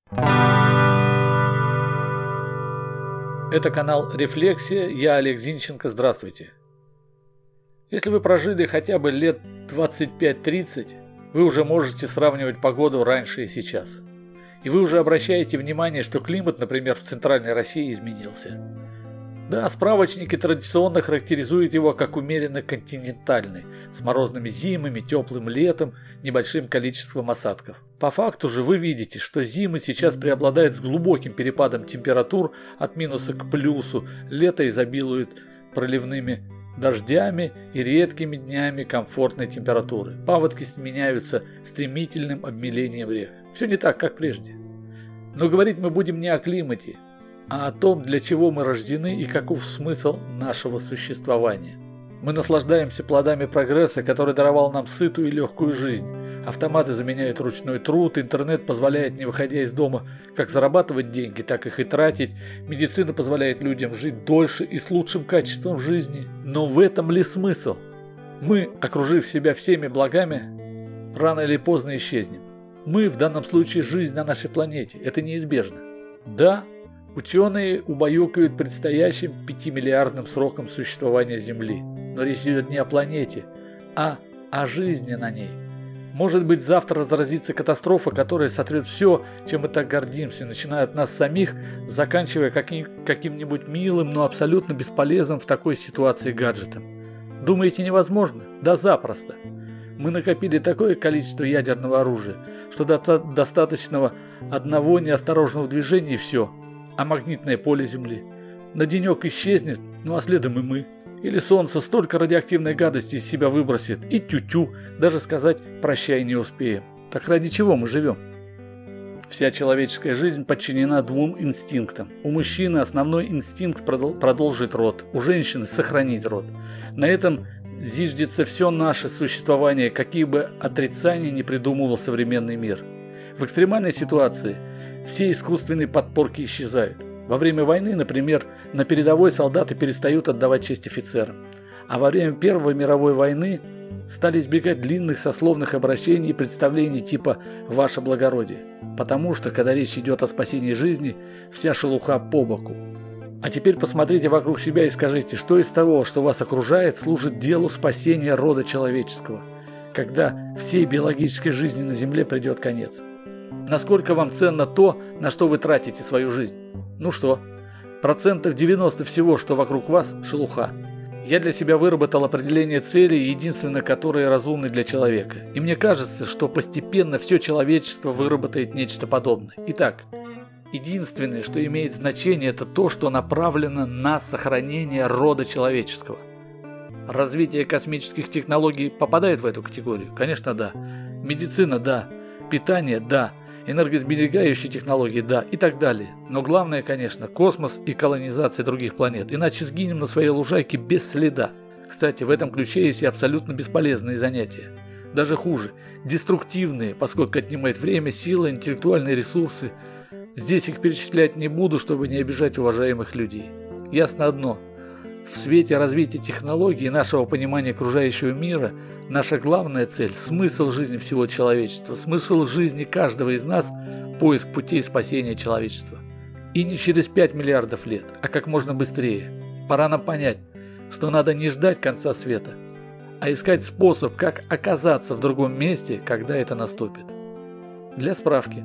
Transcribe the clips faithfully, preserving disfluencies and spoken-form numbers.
Это канал «Рефлексия», я Олег Зинченко, здравствуйте. Если вы прожили хотя бы лет двадцать пять тридцать, вы уже можете сравнивать погоду раньше и сейчас. И вы уже обращаете внимание, что климат, например, в Центральной России изменился. Да, справочники традиционно характеризуют его как умеренно континентальный, с морозными зимами, теплым летом, небольшим количеством осадков. По факту же вы видите, что зимы сейчас преобладают с глубоким перепадом температур от минуса к плюсу, лето изобилует проливными дождями и редкими днями комфортной температуры. Паводки сменяются стремительным обмелением рек. Все не так, как прежде. Но говорить мы будем не о климате, а о том, для чего мы рождены и каков смысл нашего существования. Мы наслаждаемся плодами прогресса, который даровал нам сытую и легкую жизнь. Автоматы заменяют ручной труд, интернет позволяет, не выходя из дома, как зарабатывать деньги, так их и тратить. Медицина позволяет людям жить дольше и с лучшим качеством жизни. Но в этом ли смысл? Мы, окружив себя всеми благами, рано или поздно исчезнем. Мы, в данном случае, жизнь на нашей планете. Это неизбежно. Да, ученые убаюкают предстоящим пятимиллиардным сроком существования Земли. Но речь идет не о планете, а о жизни на ней. Может быть, завтра разразится катастрофа, которая сотрет все, чем мы так гордимся, начиная от нас самих, заканчивая каким- каким-нибудь милым, но абсолютно бесполезным в такой ситуации гаджетом. Думаете, невозможно? Да запросто. Мы накопили такое количество ядерного оружия, что до- достаточного одного неосторожного движения и все. А магнитное поле Земли на денек исчезнет, ну а следом и мы. Или Солнце столько радиоактивной гадости из себя выбросит, и тю-тю, даже сказать «прощай» не успеем. Так ради чего мы живем? Вся человеческая жизнь подчинена двум инстинктам. У мужчины основной инстинкт продолжить род, у женщины сохранить род. На этом зиждется все наше существование, какие бы отрицания ни придумывал современный мир. В экстремальной ситуации все искусственные подпорки исчезают. Во время войны, например, на передовой солдаты перестают отдавать честь офицерам. А во время Первой мировой войны стали избегать длинных сословных обращений и представлений типа «Ваше благородие». Потому что, когда речь идет о спасении жизни, вся шелуха по боку. А теперь посмотрите вокруг себя и скажите, что из того, что вас окружает, служит делу спасения рода человеческого, когда всей биологической жизни на Земле придет конец. Насколько вам ценно то, на что вы тратите свою жизнь? Ну что, процентов девяносто всего, что вокруг вас, шелуха. Я для себя выработал определение целей, единственное, которые разумны для человека. И мне кажется, что постепенно все человечество выработает нечто подобное. Итак, единственное, что имеет значение, это то, что направлено на сохранение рода человеческого. Развитие космических технологий попадает в эту категорию? Конечно, да. Медицина – да. Питание – да. Энергосберегающие технологии, да, и так далее. Но главное, конечно, космос и колонизация других планет. Иначе сгинем на своей лужайке без следа. Кстати, в этом ключе есть и абсолютно бесполезные занятия. Даже хуже, деструктивные, поскольку отнимает время, силы, интеллектуальные ресурсы. Здесь их перечислять не буду, чтобы не обижать уважаемых людей. Ясно одно. В свете развития технологий и нашего понимания окружающего мира, наша главная цель – смысл жизни всего человечества, смысл жизни каждого из нас – поиск путей спасения человечества. И не через пять миллиардов лет, а как можно быстрее. Пора нам понять, что надо не ждать конца света, а искать способ, как оказаться в другом месте, когда это наступит. Для справки.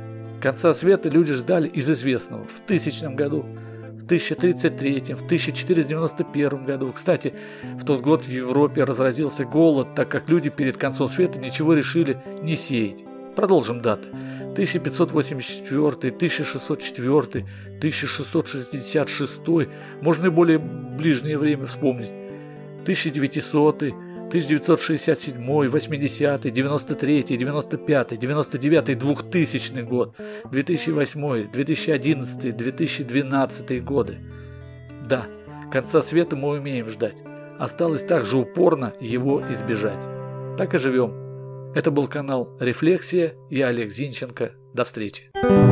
Конца света люди ждали из известного в тысячном году, в тысяча тридцать третьем, в тысяча четыреста девяносто первом году. Кстати, в тот год в Европе разразился голод, так как люди перед концом света ничего решили не сеять. Продолжим даты. тысяча пятьсот восемьдесят четвёртый, тысяча шестьсот четвёртый, тысяча шестьсот шестьдесят шестой, можно и более ближнее время вспомнить. тысяча девятисотый, тысяча девятьсот шестьдесят седьмой, восьмидесятый, девяносто третий, девяносто пятый, девяносто девятый, двухтысячный год, две тысячи восьмой, две тысячи одиннадцатый, две тысячи двенадцатый годы. Да, конца света мы умеем ждать. Осталось также упорно его избежать. Так и живем. Это был канал «Рефлексия». Я Олег Зинченко. До встречи.